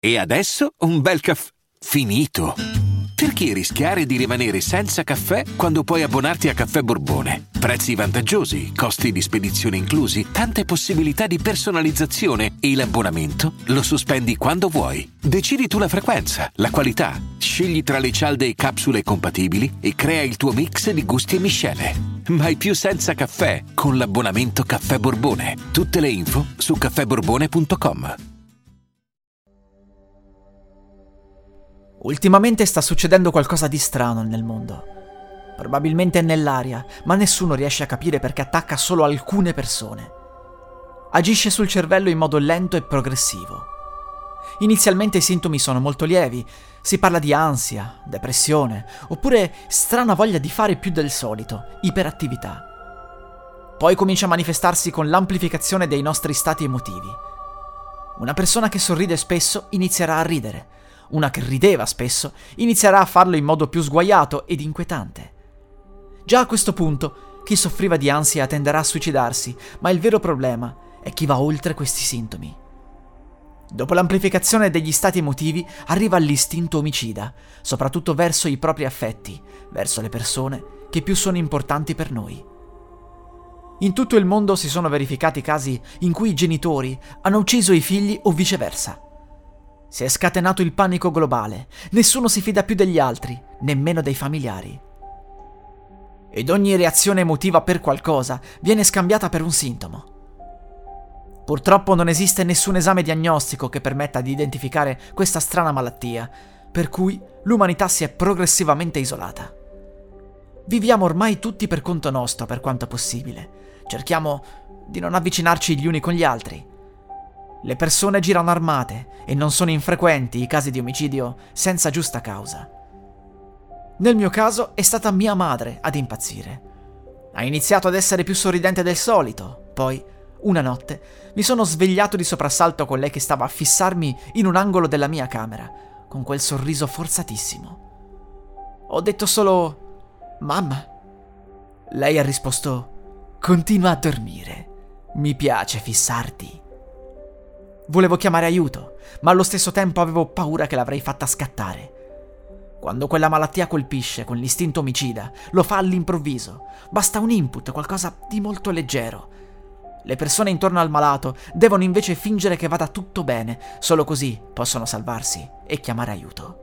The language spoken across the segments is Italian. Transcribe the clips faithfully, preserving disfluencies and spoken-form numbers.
E adesso un bel caffè finito. Perché rischiare di rimanere senza caffè quando puoi abbonarti a Caffè Borbone? Prezzi vantaggiosi, costi di spedizione inclusi, tante possibilità di personalizzazione e l'abbonamento lo sospendi quando vuoi. Decidi tu la frequenza, la qualità, scegli tra le cialde e capsule compatibili e crea il tuo mix di gusti e miscele. Mai più senza caffè con l'abbonamento Caffè Borbone. Tutte le info su caffè borbone punto com. Ultimamente sta succedendo qualcosa di strano nel mondo. Probabilmente è nell'aria, ma nessuno riesce a capire perché attacca solo alcune persone. Agisce sul cervello in modo lento e progressivo. Inizialmente i sintomi sono molto lievi, si parla di ansia, depressione, oppure strana voglia di fare più del solito, iperattività. Poi comincia a manifestarsi con l'amplificazione dei nostri stati emotivi. Una persona che sorride spesso inizierà a ridere. Una che rideva spesso inizierà a farlo in modo più sguaiato ed inquietante. Già a questo punto, chi soffriva di ansia tenderà a suicidarsi, ma il vero problema è chi va oltre questi sintomi. Dopo l'amplificazione degli stati emotivi arriva l'istinto omicida, soprattutto verso i propri affetti, verso le persone che più sono importanti per noi. In tutto il mondo si sono verificati casi in cui i genitori hanno ucciso i figli o viceversa. Si è scatenato il panico globale, nessuno si fida più degli altri, nemmeno dei familiari. Ed ogni reazione emotiva per qualcosa viene scambiata per un sintomo. Purtroppo non esiste nessun esame diagnostico che permetta di identificare questa strana malattia, per cui l'umanità si è progressivamente isolata. Viviamo ormai tutti per conto nostro per quanto possibile. Cerchiamo di non avvicinarci gli uni con gli altri. Le persone girano armate e non sono infrequenti i casi di omicidio senza giusta causa. Nel mio caso è stata mia madre ad impazzire. Ha iniziato ad essere più sorridente del solito, poi, una notte, mi sono svegliato di soprassalto con lei che stava a fissarmi in un angolo della mia camera, con quel sorriso forzatissimo. Ho detto solo: «Mamma». Lei ha risposto: «Continua a dormire. Mi piace fissarti». Volevo chiamare aiuto, ma allo stesso tempo avevo paura che l'avrei fatta scattare. Quando quella malattia colpisce con l'istinto omicida, lo fa all'improvviso. Basta un input, qualcosa di molto leggero. Le persone intorno al malato devono invece fingere che vada tutto bene, solo così possono salvarsi e chiamare aiuto.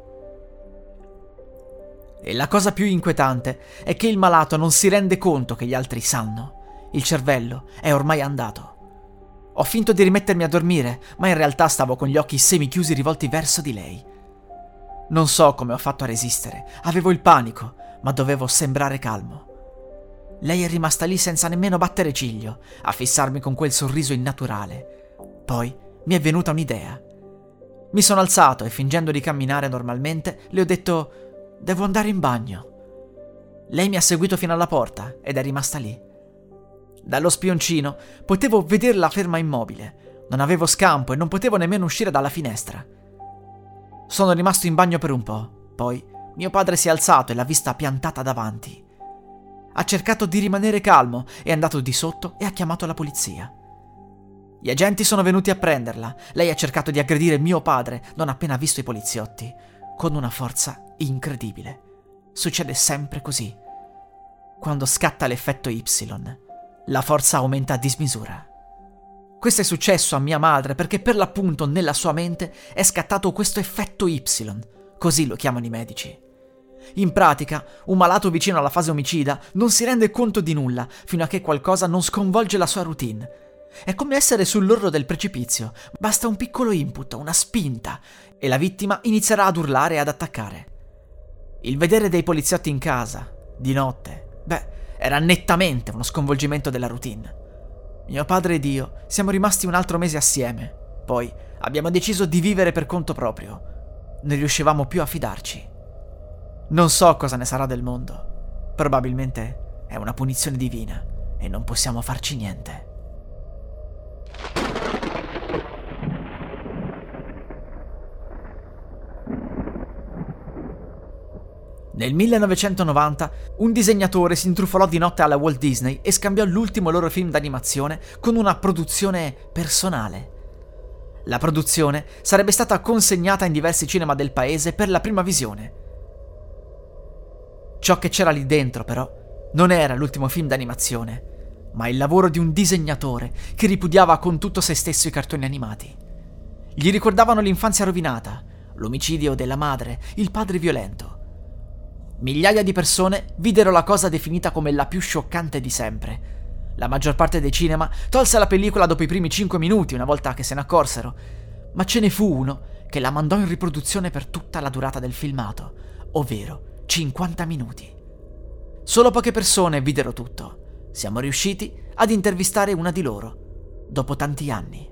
E la cosa più inquietante è che il malato non si rende conto che gli altri sanno. Il cervello è ormai andato. Ho finto di rimettermi a dormire, ma in realtà stavo con gli occhi semichiusi rivolti verso di lei. Non so come ho fatto a resistere, avevo il panico, ma dovevo sembrare calmo. Lei è rimasta lì senza nemmeno battere ciglio, a fissarmi con quel sorriso innaturale. Poi mi è venuta un'idea. Mi sono alzato e fingendo di camminare normalmente le ho detto: «Devo andare in bagno». Lei mi ha seguito fino alla porta ed è rimasta lì. Dallo spioncino potevo vederla ferma immobile. Non avevo scampo e non potevo nemmeno uscire dalla finestra. Sono rimasto in bagno per un po'. Poi mio padre si è alzato e l'ha vista piantata davanti. Ha cercato di rimanere calmo, è andato di sotto e ha chiamato la polizia. Gli agenti sono venuti a prenderla. Lei ha cercato di aggredire mio padre non appena ha visto i poliziotti, con una forza incredibile. Succede sempre così. Quando scatta l'effetto Y, la forza aumenta a dismisura. Questo è successo a mia madre perché per l'appunto nella sua mente è scattato questo effetto Y, così lo chiamano i medici. In pratica, un malato vicino alla fase omicida non si rende conto di nulla fino a che qualcosa non sconvolge la sua routine. È come essere sull'orlo del precipizio, basta un piccolo input, una spinta, e la vittima inizierà ad urlare e ad attaccare. Il vedere dei poliziotti in casa, di notte, beh, era nettamente uno sconvolgimento della routine. Mio padre ed io siamo rimasti un altro mese assieme, poi abbiamo deciso di vivere per conto proprio. Non riuscivamo più a fidarci. Non so cosa ne sarà del mondo. Probabilmente è una punizione divina e non possiamo farci niente. Nel millenovecentonovanta un disegnatore si intrufolò di notte alla Walt Disney e scambiò l'ultimo loro film d'animazione con una produzione personale. La produzione sarebbe stata consegnata in diversi cinema del paese per la prima visione. Ciò che c'era lì dentro, però, non era l'ultimo film d'animazione, ma il lavoro di un disegnatore che ripudiava con tutto se stesso i cartoni animati. Gli ricordavano l'infanzia rovinata, l'omicidio della madre, il padre violento. Migliaia di persone videro la cosa definita come la più scioccante di sempre. La maggior parte dei cinema tolse la pellicola dopo i primi cinque minuti, una volta che se ne accorsero, ma ce ne fu uno che la mandò in riproduzione per tutta la durata del filmato, ovvero cinquanta minuti. Solo poche persone videro tutto. Siamo riusciti ad intervistare una di loro, dopo tanti anni.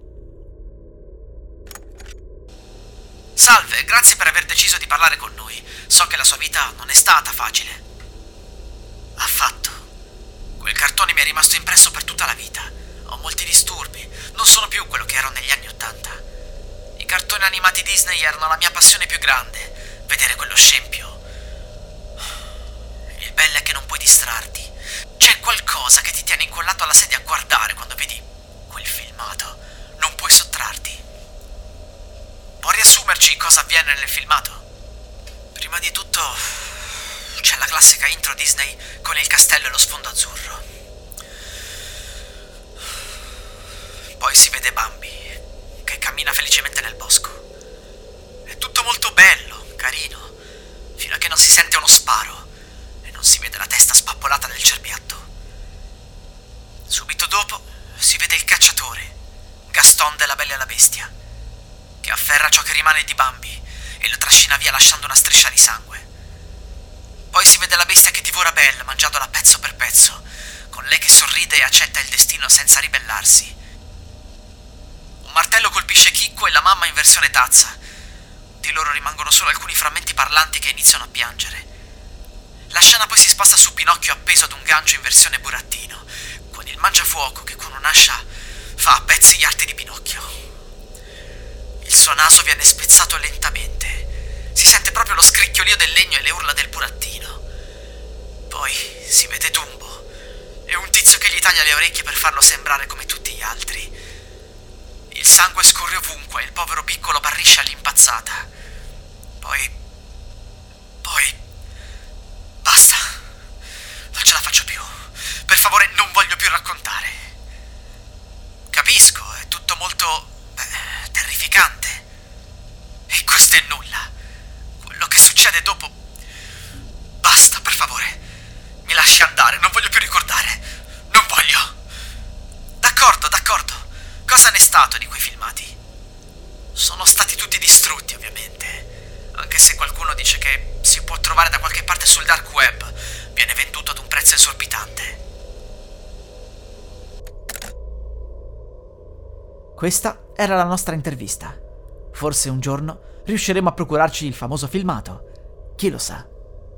Salve, grazie per aver deciso di parlare con noi. So che la sua vita non è stata facile. Affatto. Quel cartone mi è rimasto impresso per tutta la vita. Ho molti disturbi. Non sono più quello che ero negli anni Ottanta. I cartoni animati Disney erano la mia passione più grande. Vedere quello scempio. Il bello è che non puoi distrarti. C'è qualcosa che ti tiene incollato alla sedia a guardare quando vedi quel filmato. Non puoi sottrarti. Può riassumerci cosa avviene nel filmato? Prima di tutto c'è la classica intro Disney con il castello e lo sfondo azzurro. Poi si vede Bambi che cammina felicemente nel bosco. È tutto molto bello, carino, fino a che non si sente uno sparo e non si vede la testa spappolata nel cerbiatto. Subito dopo si vede il cacciatore, Gaston della Bella e la Bestia, che afferra ciò che rimane di Bambi e lo trascina via lasciando una striscia di sangue. Poi si vede la bestia che divora Belle mangiandola pezzo per pezzo, con lei che sorride e accetta il destino senza ribellarsi. Un martello colpisce Chicco e la mamma in versione tazza. Di loro rimangono solo alcuni frammenti parlanti che iniziano a piangere. La scena poi si sposta su Pinocchio appeso ad un gancio in versione burattino, con il mangiafuoco che con un'ascia fa a pezzi gli arti di Pinocchio. Il suo naso viene spezzato lentamente. Si sente proprio lo scricchiolio del legno e le urla del burattino. Poi si vede Dumbo e un tizio che gli taglia le orecchie per farlo sembrare come tutti gli altri. Il sangue scorre ovunque e il povero piccolo barrisce all'impazzata. Poi... Poi... Basta. Non ce la faccio più. Per favore, non voglio più raccontare. Capisco, è tutto molto... Beh, terrificante. E questo è nulla. Quello che succede dopo... Basta, per favore. Mi lasci andare, non voglio più ricordare. Non voglio. D'accordo, d'accordo. Cosa ne è stato di quei filmati? Sono stati tutti distrutti, ovviamente. Anche se qualcuno dice che si può trovare da qualche parte sul dark web. Viene venduto ad un prezzo esorbitante. Questa era la nostra intervista. Forse un giorno riusciremo a procurarci il famoso filmato. Chi lo sa?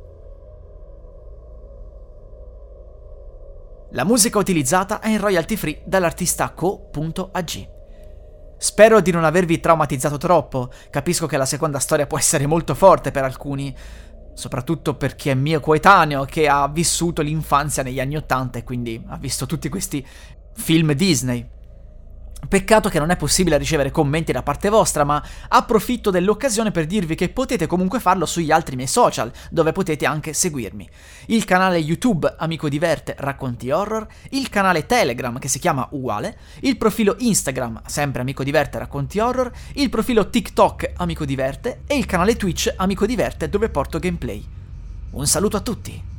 La musica utilizzata è in royalty free dall'artista co punto a gi. Spero di non avervi traumatizzato troppo. Capisco che la seconda storia può essere molto forte per alcuni, soprattutto per chi è mio coetaneo, che ha vissuto l'infanzia negli anni Ottanta e quindi ha visto tutti questi film Disney. Peccato che non è possibile ricevere commenti da parte vostra, ma approfitto dell'occasione per dirvi che potete comunque farlo sugli altri miei social, dove potete anche seguirmi. Il canale YouTube Amico Diverte Racconti Horror, il canale Telegram che si chiama uguale, il profilo Instagram sempre Amico Diverte Racconti Horror, il profilo TikTok Amico Diverte e il canale Twitch Amico Diverte dove porto gameplay. Un saluto a tutti!